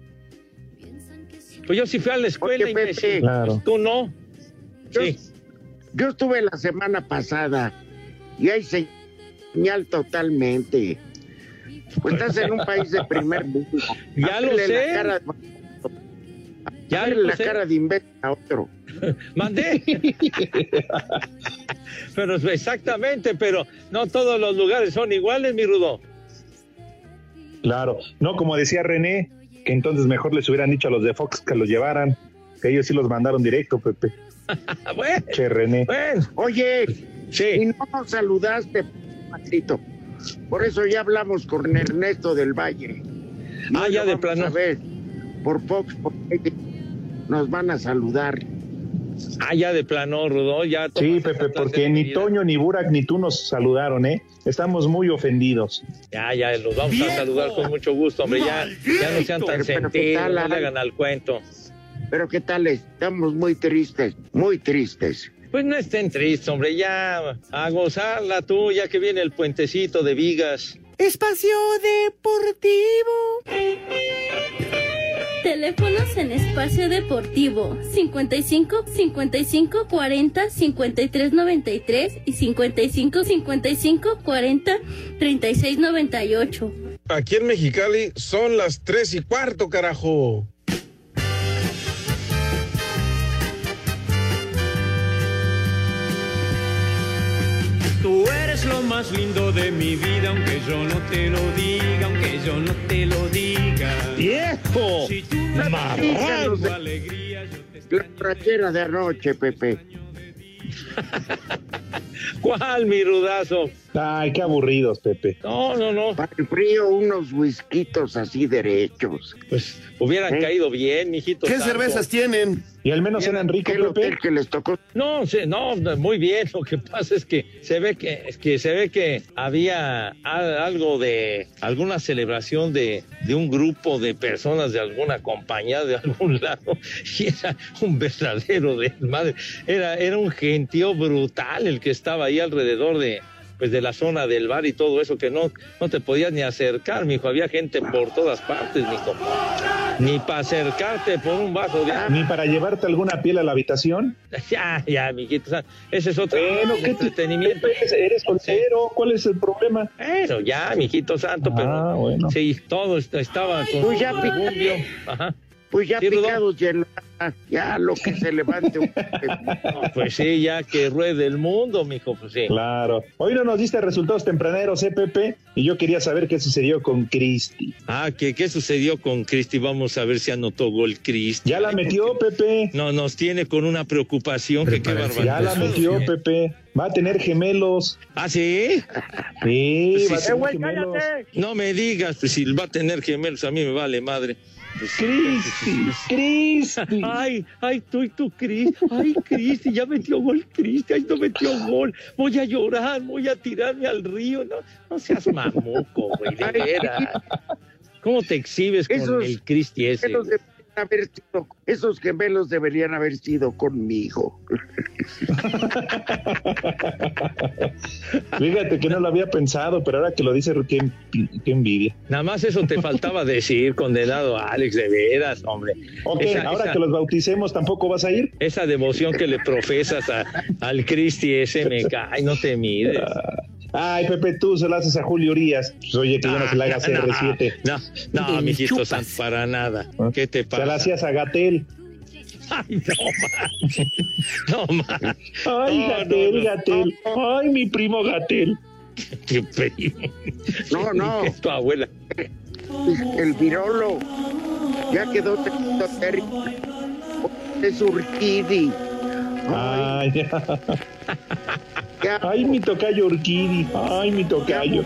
Pues yo sí fui a la escuela. Oye, y me Pepe. sí, Claro. tú no. Yo, Sí. yo estuve la semana pasada y hay señal totalmente. Pues estás en un país de primer mundo. Ya lo Hazle sé. La cara, Ya hazle lo la sé. cara de imbécil a otro. Mandé. Pero exactamente, pero no todos los lugares son iguales, mi Rudo. Claro, no, como decía René, que entonces mejor les hubieran dicho a los de Fox que los llevaran, que ellos sí los mandaron directo, Pepe. bueno, Che, René. bueno. Oye, Sí. y no nos saludaste, Patito. Por eso ya hablamos con Ernesto del Valle. Ah, ya lo de vamos plano. A ver, por Fox, por ahí nos van a saludar. Ah, ya de plano, Rudo, ya. Sí, Pepe, porque ni Toño, ni Burak, ni tú nos saludaron, ¿eh? Estamos muy ofendidos. Ya, ya, los vamos ¡Viejo! a saludar con mucho gusto, hombre, ya, ya no sean tan pero, sentidos, tal, no le hagan al cuento. Pero qué tal, estamos muy tristes, muy tristes. Pues no estén tristes, hombre, ya a gozarla tú, ya que viene el puentecito de Vigas. Espacio Deportivo. Teléfonos en Espacio Deportivo cincuenta y cinco, cincuenta y cinco, cuarenta, cincuenta y tres noventa y tres y cincuenta y cinco, cincuenta y cinco, cuarenta, treinta y seis noventa y ocho. Aquí en Mexicali son las tres y cuarto, carajo. Tú eres lo más lindo de mi vida, aunque yo no te lo diga, aunque yo no te lo diga. ¡Viejo! Si tú me marrano de alegría, yo te extraño. La rachera de anoche, Pepe. ¿Cuál, mi Rudazo? Ay, qué aburridos, Pepe. No, no, no. Para el frío, unos whiskitos así derechos. Pues hubieran ¿Eh? caído bien, mijito. ¿Qué santo. cervezas tienen? Y al menos eran ricos, Pepe. que les tocó? No, sí, no, muy bien. Lo que pasa es que se ve que, es que se ve que había algo de alguna celebración de, de un grupo de personas de alguna compañía de algún lado y era un verdadero desmadre. Era, era un gentío brutal el que estaba ahí alrededor de pues de la zona del bar y todo eso, que no, no te podías ni acercar, mijo, había gente por todas partes, mijo, ni para acercarte por un vaso de agua. Ni para llevarte alguna piel a la habitación. Ya, ya, mijito, ese es otro bueno, ¿qué entretenimiento. Te, eres soltero, ¿cuál es el problema? Bueno, ya, mijito santo, ah, pero bueno. sí, todo estaba con pues ya bumbio. Ajá. Pues ya ¿Sí, picados, ya, ya lo que se levante un... no, pues sí, ya que ruede el mundo, mijo, pues sí. Claro. Hoy no nos diste resultados tempraneros, ¿eh, Pepe? Y yo quería saber qué sucedió con Cristi. Ah, ¿qué, qué sucedió con Cristi? Vamos a ver si anotó gol Cristi. ¿Ya la metió, Pepe? No, nos tiene con una preocupación que qué barbaridad. Ya la metió, Pepe. Va a tener gemelos. ¿Ah, sí? Sí, pues va sí, a tener gemelos. No me digas, pues si va a tener gemelos, a mí me vale madre. Cristi, Cristi. Ay, ay, tú y tu Cristi. Ay, Cristi, ya metió gol Cristi. Ay, no metió gol. Voy a llorar, voy a tirarme al río. No, no seas mamuco, güey, de veras. ¿Cómo te exhibes con esos, el Cristi ese? Esos, de haber sido, esos gemelos deberían haber sido conmigo. Fíjate que no lo había pensado, pero ahora que lo dice, qué, qué envidia. Nada más eso te faltaba decir, condenado Alex, de veras, hombre. Ok, esa, ahora esa, que los bauticemos, ¿tampoco vas a ir? Esa devoción que le profesas a, al Cristi ese me cae, no te mides. Ay, Pepe, tú se lo haces a Julio Urias. Pues, oye, que yo no se la haga a C R siete. No, no, no mijito santo, para nada. ¿Qué te pasa? Se la hacías a Gatell. Ay, no, man. No, man. Ay, no, Gatell, no, no. Gatell. Ay, mi primo Gatell. Qué primo. No, no. Es tu abuela. El virolo. Ya quedó Terry. Es Urquidi. Ay, ya. Ay, mi tocayo Urquidi. Ay, mi tocayo.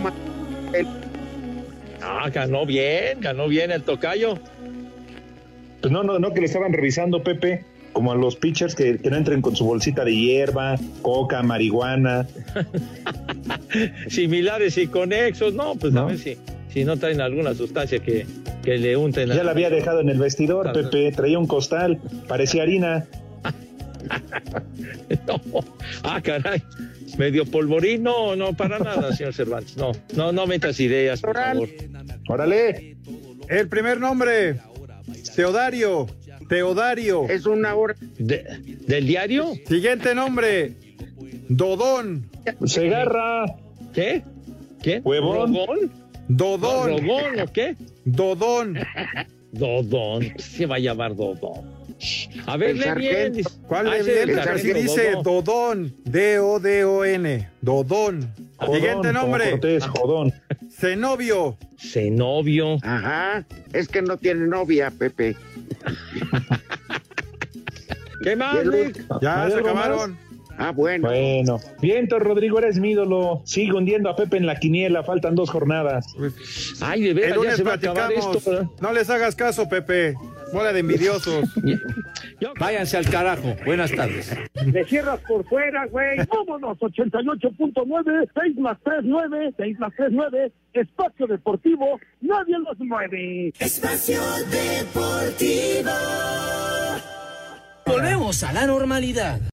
Ah, ganó bien, ganó bien el tocayo. Pues no, no, no, que le estaban revisando, Pepe, como a los pitchers que, que no entren con su bolsita de hierba, coca, marihuana. Similares y conexos, no, pues ¿no? A ver si, si no traen alguna sustancia que, que le unten. Ya la había dejado en el vestidor, Pepe, traía un costal, parecía harina. No. Ah, caray, medio polvorín, no, no, para nada, señor Cervantes, no, no, no metas ideas, por favor. Órale. El primer nombre, Teodario, Teodario. Es una hora. De, ¿Del diario? Siguiente nombre, Dodón. Segarra. ¿Qué? ¿Qué? Huevón. ¿Rogón? Dodón. ¿Rogón o qué? Dodón. Dodón, se va a llamar Dodón. A ver, lee bien. ¿Cuál ah, lee bien? Aquí dice Dodón. D O D O N. Dodón. Jodón, siguiente nombre. Cortés, Jodón. Zenobio. Zenobio. Ajá. Es que no tiene novia, Pepe. ¿Qué más, Rick? Ya se acabaron. Ah, bueno. Bueno. Vientos, Rodrigo, eres mi ídolo. Sigo hundiendo a Pepe en la quiniela. Faltan dos jornadas. Ay, de veras, ya se va a acabar esto. No les hagas caso, Pepe. Bola de envidiosos. Ya, Váyanse al carajo. Buenas tardes. Le cierras por fuera, güey. Vámonos, ochenta y ocho punto nueve, seis más tres, nueve, seis más tres, nueve. Espacio Deportivo, nadie los mueve. Espacio Deportivo. Volvemos a la normalidad.